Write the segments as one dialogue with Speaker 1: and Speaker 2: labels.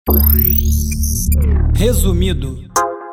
Speaker 1: Resumido.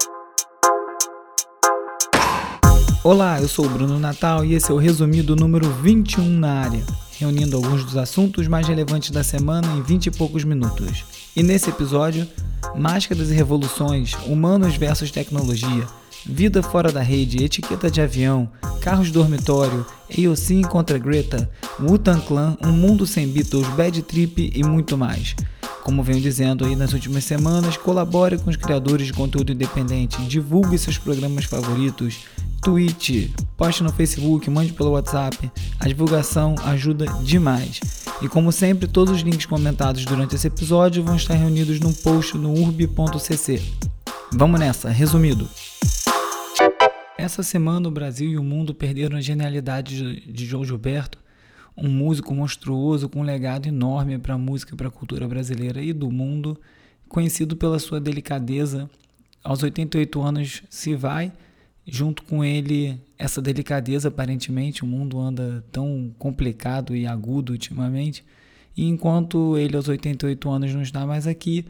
Speaker 1: Olá, eu sou o Bruno Natal e esse é o Resumido número 21 na área, reunindo alguns dos assuntos mais relevantes da semana em 20 e poucos minutos. E nesse episódio, máscaras e revoluções, humanos versus tecnologia, vida fora da rede, etiqueta de avião, carros dormitório, AOC contra Greta, Wu-Tang Clan, um mundo sem Beatles, Bad Trip e muito mais. Como venho dizendo aí nas últimas semanas, colabore com os criadores de conteúdo independente, divulgue seus programas favoritos, tweet, poste no Facebook, mande pelo WhatsApp, a divulgação ajuda demais. E como sempre, todos os links comentados durante esse episódio vão estar reunidos num post no urb.cc. Vamos nessa, resumido. Essa semana o Brasil e o mundo perderam a genialidade de João Gilberto, um músico monstruoso com um legado enorme para a música e para a cultura brasileira e do mundo, conhecido pela sua delicadeza. Aos 88 anos se vai, junto com ele essa delicadeza aparentemente, o mundo anda tão complicado e agudo ultimamente, e enquanto ele aos 88 anos não está mais aqui,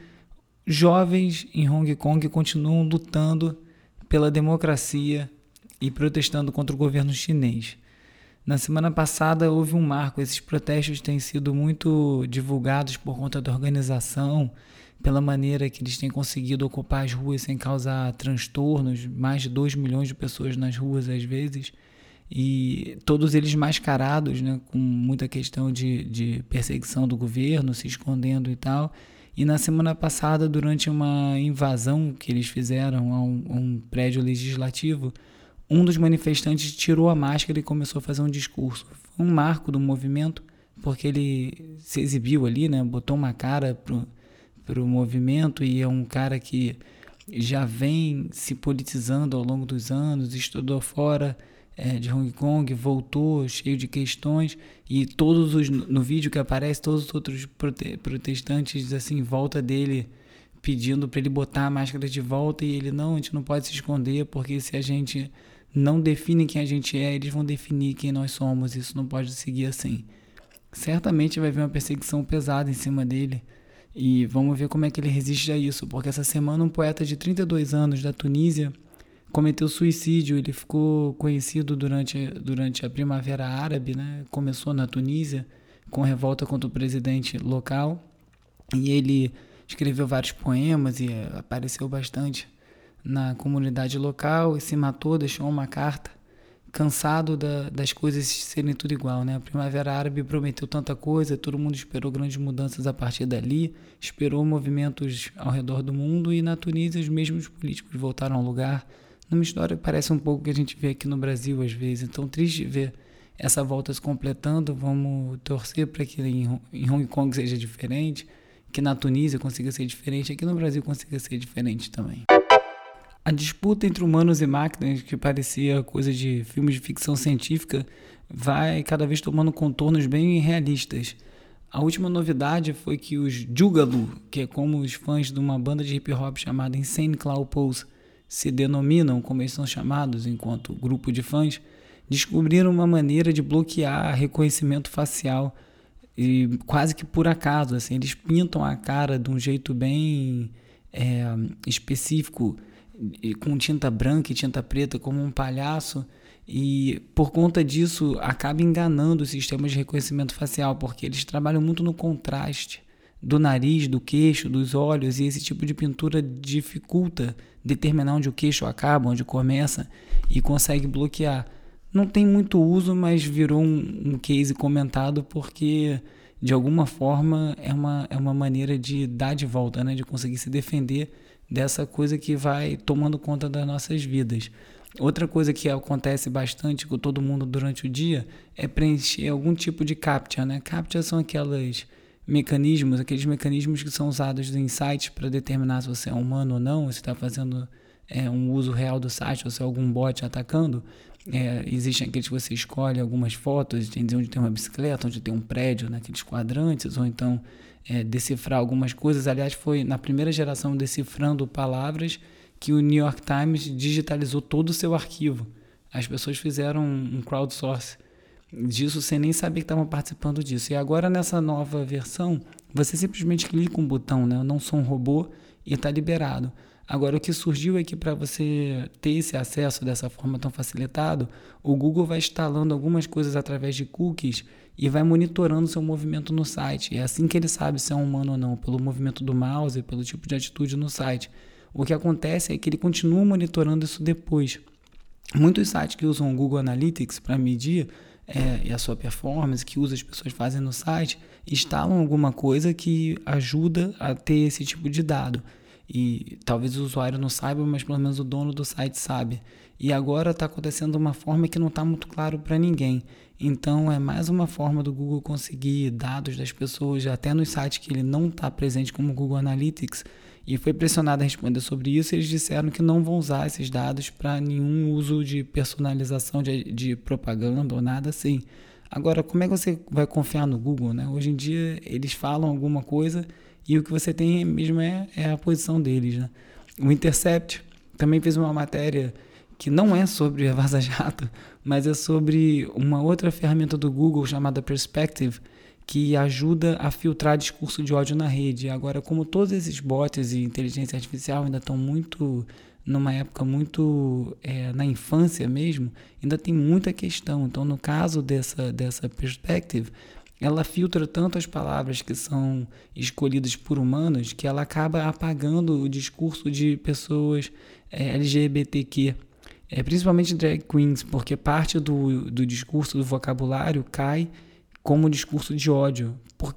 Speaker 1: jovens em Hong Kong continuam lutando pela democracia e protestando contra o governo chinês. Na semana passada houve um marco, esses protestos têm sido muito divulgados por conta da organização, pela maneira que eles têm conseguido ocupar as ruas sem causar transtornos, mais de 2 milhões de pessoas nas ruas às vezes, e todos eles mascarados, né, com muita questão de perseguição do governo, se escondendo e tal. E na semana passada, durante uma invasão que eles fizeram a um prédio legislativo, um dos manifestantes tirou a máscara e começou a fazer um discurso. Foi um marco do movimento, porque ele se exibiu ali, né? Botou uma cara pro movimento, e é um cara que já vem se politizando ao longo dos anos, estudou fora de Hong Kong, voltou cheio de questões, e no vídeo que aparece, todos os outros protestantes assim, em volta dele, pedindo para ele botar a máscara de volta, e ele, não, a gente não pode se esconder, porque se a gente não define quem a gente é, eles vão definir quem nós somos, isso não pode seguir assim. Certamente vai haver uma perseguição pesada em cima dele, e vamos ver como é que ele resiste a isso, porque essa semana um poeta de 32 anos da Tunísia cometeu suicídio. Ele ficou conhecido durante a Primavera Árabe, né? Começou na Tunísia com revolta contra o presidente local, e ele escreveu vários poemas e apareceu bastante na comunidade local e se matou, deixou uma carta, cansado das coisas serem tudo igual, né? A Primavera Árabe prometeu tanta coisa, todo mundo esperou grandes mudanças a partir dali, esperou movimentos ao redor do mundo, e na Tunísia os mesmos políticos voltaram ao lugar, numa história que parece um pouco que a gente vê aqui no Brasil às vezes. Então, triste ver essa volta se completando. Vamos torcer para que em Hong Kong seja diferente, que na Tunísia consiga ser diferente, aqui no Brasil consiga ser diferente também. A disputa entre humanos e máquinas, que parecia coisa de filmes de ficção científica, vai cada vez tomando contornos bem realistas. A última novidade foi que os Jugalu, que é como os fãs de uma banda de hip hop chamada Insane Clown Pose se denominam, como eles são chamados enquanto grupo de fãs, descobriram uma maneira de bloquear reconhecimento facial, e quase que por acaso, assim, eles pintam a cara de um jeito bem específico, com tinta branca e tinta preta, como um palhaço, e por conta disso acaba enganando os sistemas de reconhecimento facial, porque eles trabalham muito no contraste do nariz, do queixo, dos olhos, e esse tipo de pintura dificulta determinar onde o queixo acaba, onde começa, e consegue bloquear. Não tem muito uso, mas virou um case comentado, porque de alguma forma é uma maneira de dar de volta, né? De conseguir se defender dessa coisa que vai tomando conta das nossas vidas. Outra coisa que acontece bastante com todo mundo durante o dia é preencher algum tipo de CAPTCHA, né? CAPTCHA são aqueles mecanismos que são usados em sites para determinar se você é humano ou não, se está fazendo um uso real do site, ou se é algum bot atacando. Existem aqueles que você escolhe algumas fotos, tem onde tem uma bicicleta, onde tem um prédio, naqueles quadrantes, ou então decifrar algumas coisas. Aliás, foi na primeira geração decifrando palavras que o New York Times digitalizou todo o seu arquivo. As pessoas fizeram um crowdsourcing disso sem nem saber que estavam participando disso. E agora, nessa nova versão, você simplesmente clica um botão, né? Eu não sou um robô e está liberado. Agora, o que surgiu é que para você ter esse acesso dessa forma tão facilitado, o Google vai instalando algumas coisas através de cookies e vai monitorando o seu movimento no site. É assim que ele sabe se é um humano ou não, pelo movimento do mouse, pelo tipo de atitude no site. O que acontece é que ele continua monitorando isso depois. Muitos sites que usam o Google Analytics para medir a sua performance, que as pessoas fazem no site, instalam alguma coisa que ajuda a ter esse tipo de dado. E talvez o usuário não saiba, mas pelo menos o dono do site sabe. E agora está acontecendo de uma forma que não está muito claro para ninguém. Então é mais uma forma do Google conseguir dados das pessoas, até nos sites que ele não está presente como Google Analytics, e foi pressionado a responder sobre isso. Eles disseram que não vão usar esses dados para nenhum uso de personalização de propaganda ou nada assim. Agora, como é que você vai confiar no Google, né? Hoje em dia eles falam alguma coisa e o que você tem mesmo é a posição deles, né? O Intercept também fez uma matéria que não é sobre a Vaza Jato, mas é sobre uma outra ferramenta do Google chamada Perspective, que ajuda a filtrar discurso de ódio na rede. Agora, como todos esses bots e inteligência artificial ainda estão numa época muito na infância mesmo, ainda tem muita questão. Então, no caso dessa Perspective, ela filtra tanto as palavras que são escolhidas por humanos que ela acaba apagando o discurso de pessoas LGBTQ, principalmente drag queens, porque parte do discurso, do vocabulário cai como discurso de ódio,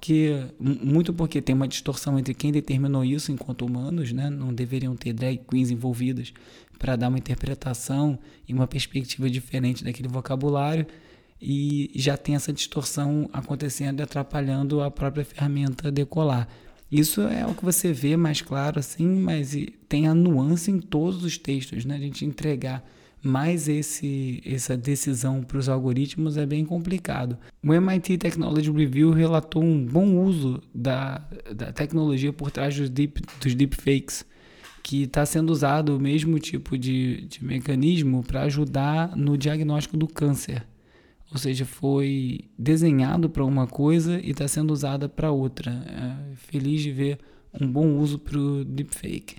Speaker 1: muito porque tem uma distorção entre quem determinou isso enquanto humanos, né? Não deveriam ter drag queens envolvidas para dar uma interpretação e uma perspectiva diferente daquele vocabulário, e já tem essa distorção acontecendo e atrapalhando a própria ferramenta a decolar. Isso é o que você vê mais claro assim, mas tem a nuance em todos os textos, né? A gente entregar mais essa decisão para os algoritmos é bem complicado. O MIT Technology Review relatou um bom uso da tecnologia por trás dos deepfakes, que está sendo usado o mesmo tipo de mecanismo para ajudar no diagnóstico do câncer. Ou seja, foi desenhado para uma coisa e está sendo usada para outra. Feliz de ver um bom uso para o deepfake.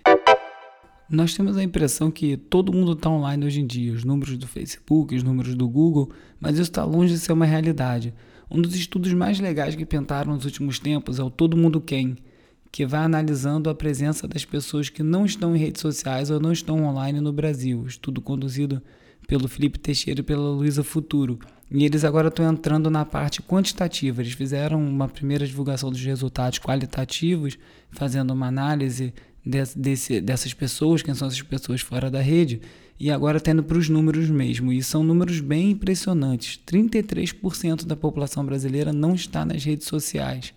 Speaker 1: Nós temos a impressão que todo mundo está online hoje em dia, os números do Facebook, os números do Google, mas isso está longe de ser uma realidade. Um dos estudos mais legais que pintaram nos últimos tempos é o Todo Mundo Quem, que vai analisando a presença das pessoas que não estão em redes sociais ou não estão online no Brasil. Estudo conduzido pelo Felipe Teixeira e pela Luísa Futuro. E eles agora estão entrando na parte quantitativa. Eles fizeram uma primeira divulgação dos resultados qualitativos, fazendo uma análise dessas pessoas, quem são essas pessoas fora da rede, e agora tendo para os números mesmo, e são números bem impressionantes. 33% da população brasileira não está nas redes sociais,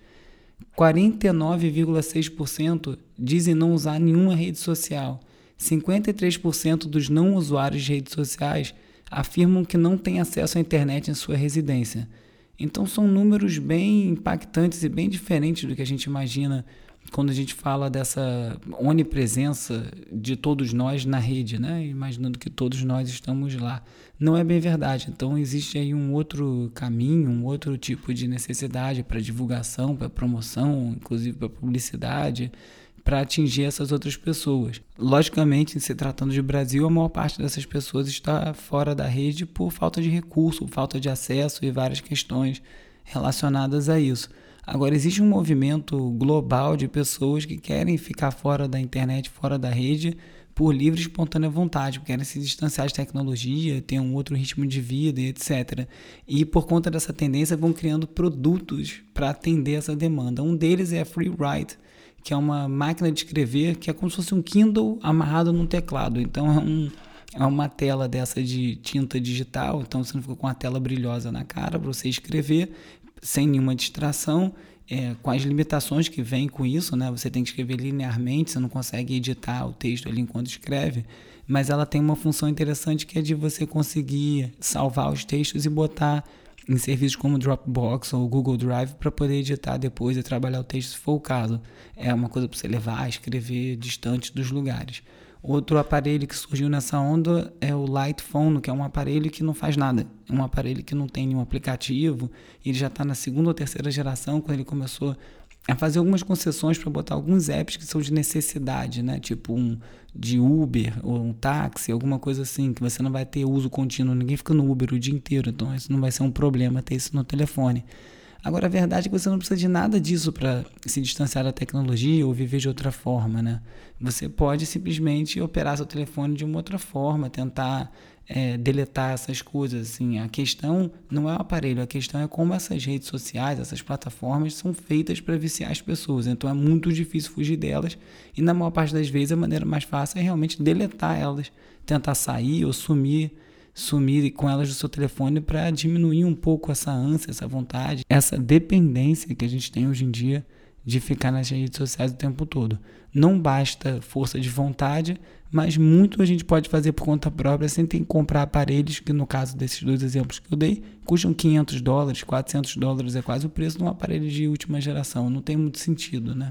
Speaker 1: 49,6% dizem não usar nenhuma rede social, 53% dos não usuários de redes sociais afirmam que não têm acesso à internet em sua residência. Então são números bem impactantes e bem diferentes do que a gente imagina quando a gente fala dessa onipresença de todos nós na rede, né? Imaginando que todos nós estamos lá. Não é bem verdade. Então existe aí um outro caminho, um outro tipo de necessidade para divulgação, para promoção, inclusive para publicidade, para atingir essas outras pessoas. Logicamente, se tratando de Brasil, a maior parte dessas pessoas está fora da rede por falta de recurso, falta de acesso e várias questões relacionadas a isso. Agora, existe um movimento global de pessoas que querem ficar fora da internet, fora da rede, por livre e espontânea vontade, querem se distanciar de tecnologia, ter um outro ritmo de vida, etc. E por conta dessa tendência vão criando produtos para atender essa demanda. Um deles é a FreeWrite, que é uma máquina de escrever que é como se fosse um Kindle amarrado num teclado. Então é uma tela dessa de tinta digital, então você não fica com a tela brilhosa na cara para você escrever, sem nenhuma distração, com as limitações que vêm com isso, né? Você tem que escrever linearmente, você não consegue editar o texto ali enquanto escreve, mas ela tem uma função interessante que é de você conseguir salvar os textos e botar em serviços como Dropbox ou Google Drive para poder editar depois e trabalhar o texto se for o caso. É uma coisa para você levar, escrever distante dos lugares. Outro aparelho que surgiu nessa onda é o Light Phone, que é um aparelho que não faz nada. É um aparelho que não tem nenhum aplicativo. Ele já está na segunda ou terceira geração. Quando ele começou a fazer algumas concessões para botar alguns apps que são de necessidade, né? Tipo um de Uber ou um táxi, alguma coisa assim, que você não vai ter uso contínuo, ninguém fica no Uber o dia inteiro, então isso não vai ser um problema ter isso no telefone. Agora, a verdade é que você não precisa de nada disso para se distanciar da tecnologia ou viver de outra forma, né? Você pode simplesmente operar seu telefone de uma outra forma, tentar deletar essas coisas, assim. A questão não é o aparelho, a questão é como essas redes sociais, essas plataformas são feitas para viciar as pessoas. Então é muito difícil fugir delas e na maior parte das vezes a maneira mais fácil é realmente deletar elas, tentar sair ou sumir com elas do seu telefone para diminuir um pouco essa ânsia, essa vontade, essa dependência que a gente tem hoje em dia de ficar nas redes sociais o tempo todo. Não basta força de vontade, mas muito a gente pode fazer por conta própria sem ter que comprar aparelhos que, no caso desses dois exemplos que eu dei, custam $500, $400, é quase o preço de um aparelho de última geração. Não tem muito sentido, né?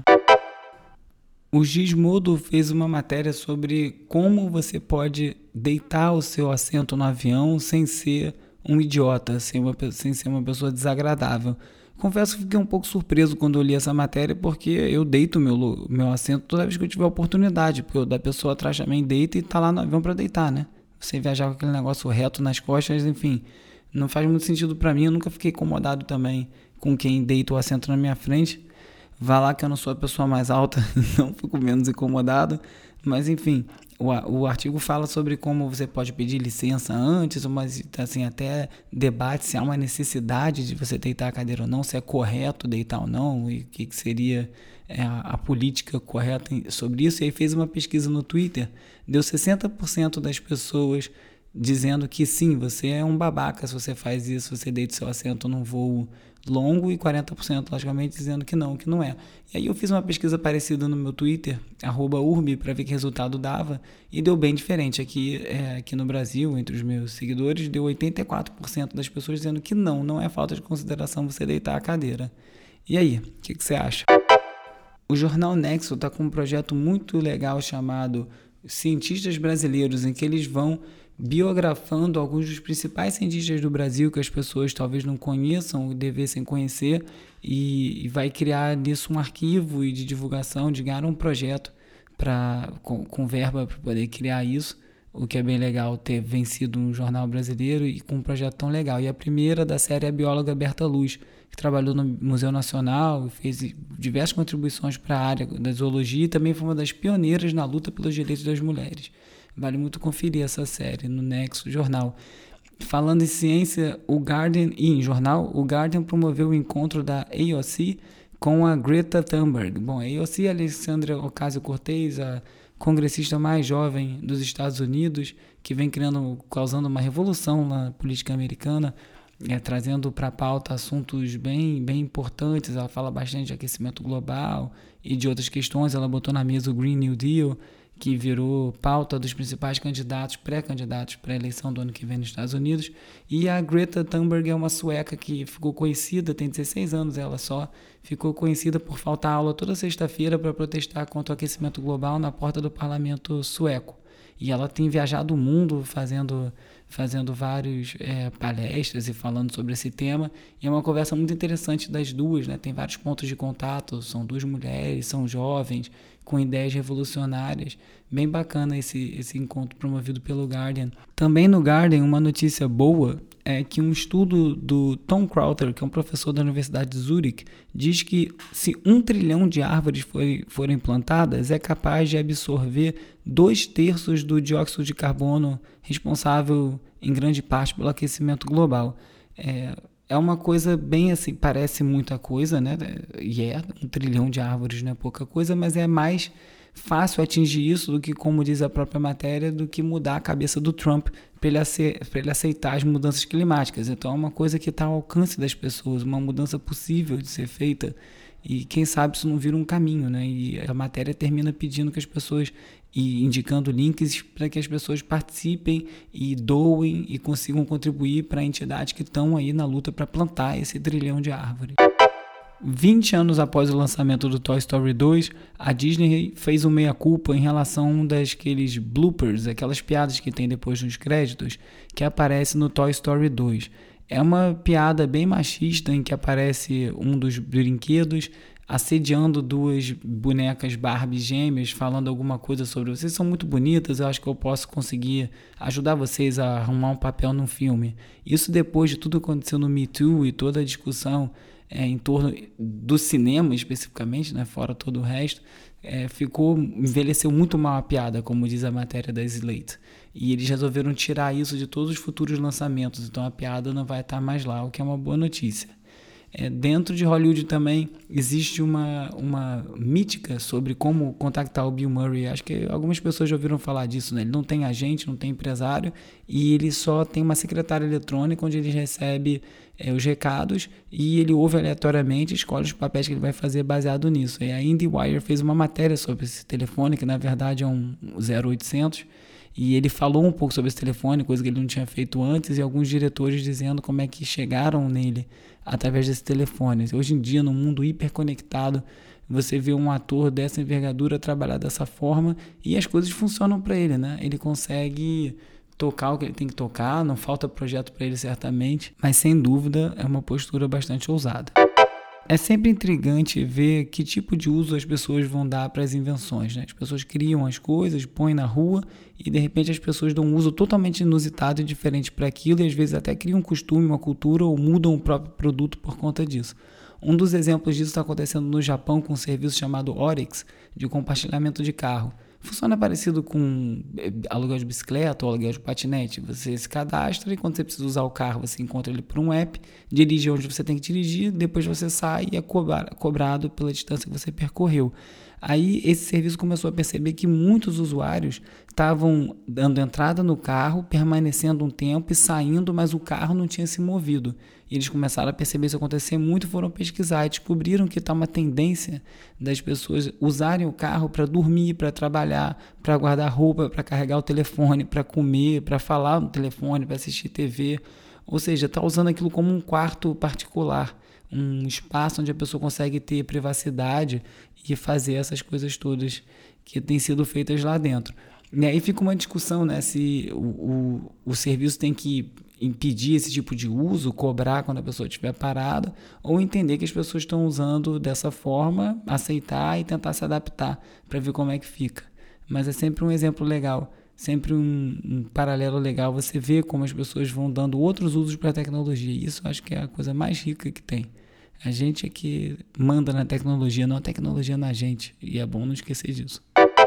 Speaker 1: O Gizmodo fez uma matéria sobre como você pode deitar o seu assento no avião sem ser um idiota, sem ser uma pessoa desagradável. Confesso que fiquei um pouco surpreso quando eu li essa matéria, porque eu deito meu assento toda vez que eu tiver oportunidade, porque o da pessoa atrás também deita e tá lá no avião para deitar, né? Você viajar com aquele negócio reto nas costas, enfim, não faz muito sentido para mim. Eu nunca fiquei incomodado também com quem deita o assento na minha frente. Vá lá que eu não sou a pessoa mais alta, não fico menos incomodado, mas enfim, o artigo fala sobre como você pode pedir licença antes, mas assim, até debate se há uma necessidade de você deitar a cadeira ou não, se é correto deitar ou não, e o que seria a política correta sobre isso. E aí fez uma pesquisa no Twitter, deu 60% das pessoas dizendo que sim, você é um babaca se você faz isso, você deita o seu assento num voo longo, e 40% logicamente dizendo que não é. E aí eu fiz uma pesquisa parecida no meu Twitter, @urbi, para ver que resultado dava, e deu bem diferente. Aqui no Brasil, entre os meus seguidores, deu 84% das pessoas dizendo que não é falta de consideração você deitar a cadeira. E aí, o que você acha? O Jornal Nexo está com um projeto muito legal chamado Cientistas Brasileiros, em que eles vão biografando alguns dos principais cientistas do Brasil que as pessoas talvez não conheçam ou devessem conhecer, e vai criar nisso um arquivo e de divulgação, de ganhar um projeto com verba para poder criar isso, o que é bem legal ter vencido um jornal brasileiro e com um projeto tão legal. E a primeira da série é a bióloga Berta Luz, que trabalhou no Museu Nacional e fez diversas contribuições para a área da zoologia, e também foi uma das pioneiras na luta pelos direitos das mulheres. Vale muito conferir essa série no Nexo Jornal. Falando em ciência, o Guardian promoveu o encontro da AOC com a Greta Thunberg. Bom, a AOC é a Alexandria Ocasio-Cortez, a congressista mais jovem dos Estados Unidos, que vem causando uma revolução na política americana, trazendo para a pauta assuntos bem importantes. Ela fala bastante de aquecimento global e de outras questões. Ela botou na mesa o Green New Deal, que virou pauta dos principais pré-candidatos para a eleição do ano que vem nos Estados Unidos. E a Greta Thunberg é uma sueca que ficou conhecida, tem 16 anos ela só, ficou conhecida por faltar aula toda sexta-feira para protestar contra o aquecimento global na porta do parlamento sueco. E ela tem viajado o mundo fazendo várias palestras e falando sobre esse tema, e é uma conversa muito interessante das duas, né? Tem vários pontos de contato, são duas mulheres, são jovens, com ideias revolucionárias. Bem bacana esse encontro promovido pelo Guardian. Também no Guardian, uma notícia boa é que um estudo do Tom Crowther, que é um professor da Universidade de Zurich, diz que se 1 trilhão de árvores forem plantadas, é capaz de absorver 2/3 do dióxido de carbono responsável em grande parte pelo aquecimento global. É uma coisa bem assim, parece muita coisa, né? E 1 trilhão de árvores não é pouca coisa, mas é mais fácil atingir isso do que, como diz a própria matéria, do que mudar a cabeça do Trump para ele aceitar as mudanças climáticas. Então é uma coisa que está ao alcance das pessoas, uma mudança possível de ser feita, e quem sabe isso não vira um caminho, né? E a matéria termina pedindo que as pessoas, e indicando links para que as pessoas participem e doem e consigam contribuir para entidades que estão aí na luta para plantar esse 1 trilhão de árvores. 20 anos após o lançamento do Toy Story 2, a Disney fez um meia-culpa em relação a um daqueles bloopers, aquelas piadas que tem depois nos créditos, que aparece no Toy Story 2. É uma piada bem machista em que aparece um dos brinquedos assediando duas bonecas Barbie gêmeas, falando alguma coisa sobre vocês são muito bonitas, eu acho que eu posso conseguir ajudar vocês a arrumar um papel num filme. Isso depois de tudo que aconteceu no Me Too e toda a discussão em torno do cinema especificamente, né, fora todo o resto, envelheceu muito mal a piada, como diz a matéria da Slate. E eles resolveram tirar isso de todos os futuros lançamentos, então a piada não vai estar mais lá, o que é uma boa notícia. Dentro de Hollywood também existe uma mítica sobre como contactar o Bill Murray. Acho que algumas pessoas já ouviram falar disso, né? Ele não tem agente, não tem empresário e ele só tem uma secretária eletrônica onde ele recebe os recados e ele ouve aleatoriamente e escolhe os papéis que ele vai fazer baseado nisso. E a IndieWire fez uma matéria sobre esse telefone, que na verdade é um 0800, e ele falou um pouco sobre esse telefone, coisa que ele não tinha feito antes, e alguns diretores dizendo como é que chegaram nele através desse telefone. Hoje em dia, no mundo hiperconectado, você vê um ator dessa envergadura trabalhar dessa forma e as coisas funcionam para ele, né? Ele consegue tocar o que ele tem que tocar, não falta projeto para ele certamente, mas sem dúvida é uma postura bastante ousada. É sempre intrigante ver que tipo de uso as pessoas vão dar para as invenções, né? As pessoas criam as coisas, põem na rua e de repente as pessoas dão um uso totalmente inusitado e diferente para aquilo e às vezes até criam um costume, uma cultura ou mudam o próprio produto por conta disso. Um dos exemplos disso está acontecendo no Japão com um serviço chamado Orix, de compartilhamento de carro. Funciona parecido com aluguel de bicicleta ou aluguel de patinete. Você se cadastra e quando você precisa usar o carro, você encontra ele por um app, dirige onde você tem que dirigir, depois você sai e é cobrado pela distância que você percorreu. Aí esse serviço começou a perceber que muitos usuários estavam dando entrada no carro, permanecendo um tempo e saindo, mas o carro não tinha se movido. E eles começaram a perceber isso acontecer muito, foram pesquisar e descobriram que está uma tendência das pessoas usarem o carro para dormir, para trabalhar, para guardar roupa, para carregar o telefone, para comer, para falar no telefone, para assistir TV. Ou seja, está usando aquilo como um quarto particular, um espaço onde a pessoa consegue ter privacidade e fazer essas coisas todas que têm sido feitas lá dentro. E aí fica uma discussão, né, se o serviço tem que impedir esse tipo de uso, cobrar quando a pessoa estiver parada, ou entender que as pessoas estão usando dessa forma, aceitar e tentar se adaptar para ver como é que fica. Mas é sempre um exemplo legal, sempre um paralelo legal, você vê como as pessoas vão dando outros usos para a tecnologia. E isso eu acho que é a coisa mais rica que tem. A gente é que manda na tecnologia, não a tecnologia na gente. E é bom não esquecer disso.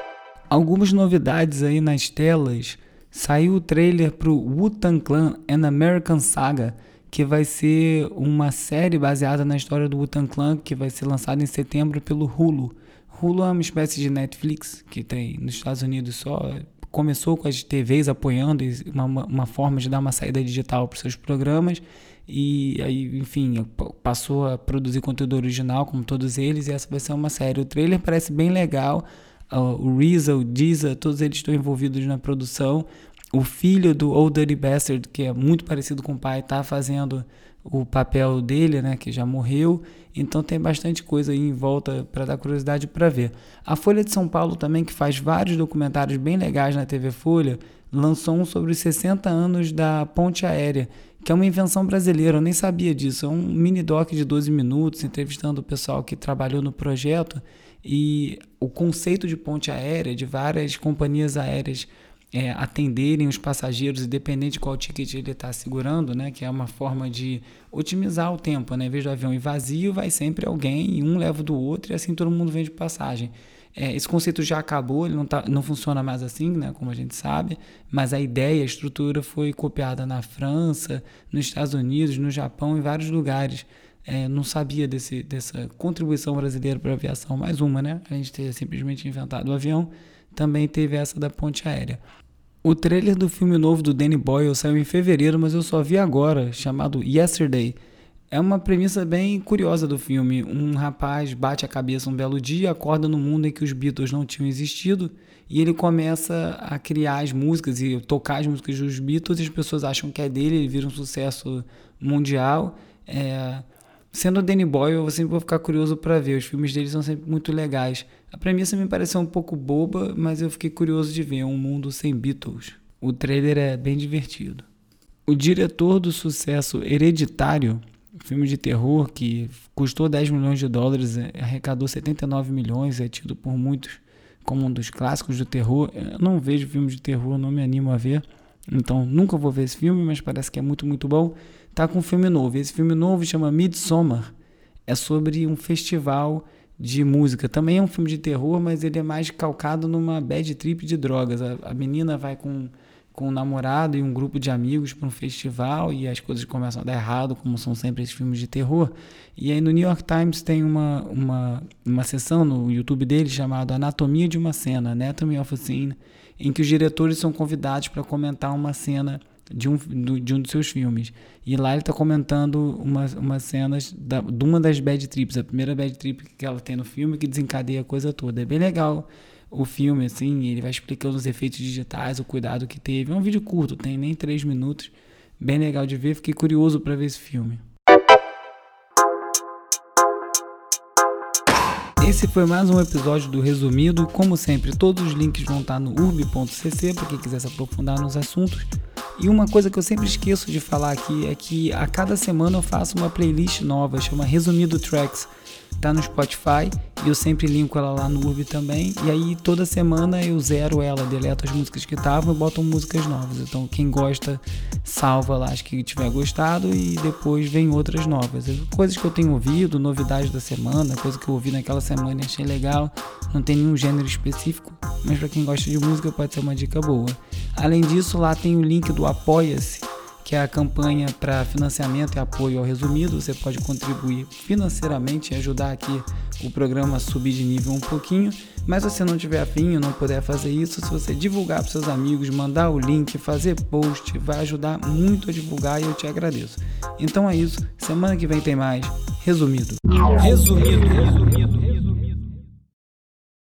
Speaker 1: Algumas novidades aí nas telas. Saiu o trailer para o Wu-Tang Clan An American Saga, que vai ser uma série baseada na história do Wu-Tang Clan, que vai ser lançada em setembro pelo Hulu. Hulu é uma espécie de Netflix que tem nos Estados Unidos só. Começou com as TVs apoiando uma forma de dar uma saída digital para os seus programas e aí, enfim, passou a produzir conteúdo original como todos eles e essa vai ser uma série. O trailer parece bem legal, o RZA, o Deezer, todos eles estão envolvidos na produção. O filho do Old Dirty Bastard, que é muito parecido com o pai, está fazendo o papel dele, né, que já morreu. Então tem bastante coisa aí em volta para dar curiosidade para ver. A Folha de São Paulo também, que faz vários documentários bem legais na TV Folha, lançou um sobre os 60 anos da ponte aérea, que é uma invenção brasileira, eu nem sabia disso. É um mini doc de 12 minutos, entrevistando o pessoal que trabalhou no projeto e o conceito de ponte aérea, de várias companhias aéreas atenderem os passageiros, independente de qual ticket ele está segurando, né, que é uma forma de otimizar o tempo, né? Em vez do avião ir vazio, vai sempre alguém e um leva do outro e assim todo mundo vende passagem. Esse conceito já acabou, ele não funciona mais assim, né, como a gente sabe, mas a ideia, a estrutura foi copiada na França, nos Estados Unidos, no Japão, em vários lugares. Não sabia dessa contribuição brasileira para a aviação, mais uma, né? A gente ter simplesmente inventado o avião, também teve essa da ponte aérea. O trailer do filme novo do Danny Boyle saiu em fevereiro, mas eu só vi agora, chamado Yesterday. É uma premissa bem curiosa do filme. Um rapaz bate a cabeça um belo dia, acorda no mundo em que os Beatles não tinham existido e ele começa a criar as músicas e tocar as músicas dos Beatles e as pessoas acham que é dele, ele vira um sucesso mundial. Sendo o Danny Boyle, eu sempre vou ficar curioso para ver. Os filmes dele são sempre muito legais. A premissa me pareceu um pouco boba, mas eu fiquei curioso de ver um mundo sem Beatles. O trailer é bem divertido. O diretor do sucesso Hereditário, Filme de terror que custou 10 milhões de dólares, arrecadou 79 milhões, é tido por muitos como um dos clássicos do terror. Eu não vejo filme de terror, não me animo a ver, então nunca vou ver esse filme, mas parece que é muito, muito bom. Tá com um filme novo, esse filme novo chama Midsommar, é sobre um festival de música. Também é um filme de terror, mas ele é mais calcado numa bad trip de drogas. A menina vai com um namorado e um grupo de amigos para um festival e as coisas começam a dar errado, como são sempre esses filmes de terror. E aí no New York Times tem uma seção no YouTube dele chamada Anatomia de uma Cena, Anatomy of a Scene, em que os diretores são convidados para comentar uma cena de um dos seus filmes. E lá ele está comentando umas cenas de uma das bad trips, a primeira bad trip que ela tem no filme, que desencadeia a coisa toda. É bem legal o filme, assim, ele vai explicando os efeitos digitais, o cuidado que teve. É um vídeo curto, tem nem 3 minutos, bem legal de ver, fiquei curioso para ver esse filme. Esse foi mais um episódio do Resumido. Como sempre, todos os links vão estar no urb.cc para quem quiser se aprofundar nos assuntos. E uma coisa que eu sempre esqueço de falar aqui é que a cada semana eu faço uma playlist nova, chama Resumido Tracks. Tá no Spotify e eu sempre linko ela lá no Urb também. E aí toda semana eu zero ela, deleto as músicas que estavam e boto músicas novas. Então quem gosta, salva lá as que tiver gostado e depois vem outras novas. Coisas que eu tenho ouvido, novidades da semana, coisa que eu ouvi naquela semana e achei legal. Não tem nenhum gênero específico, mas para quem gosta de música pode ser uma dica boa. Além disso, lá tem o link do Apoia-se, que é a campanha para financiamento e apoio ao Resumido. Você pode contribuir financeiramente e ajudar aqui o programa a subir de nível um pouquinho, mas se você não tiver afim ou não puder fazer isso, se você divulgar para seus amigos, mandar o link, fazer post, vai ajudar muito a divulgar e eu te agradeço. Então é isso, semana que vem tem mais Resumido. Resumido.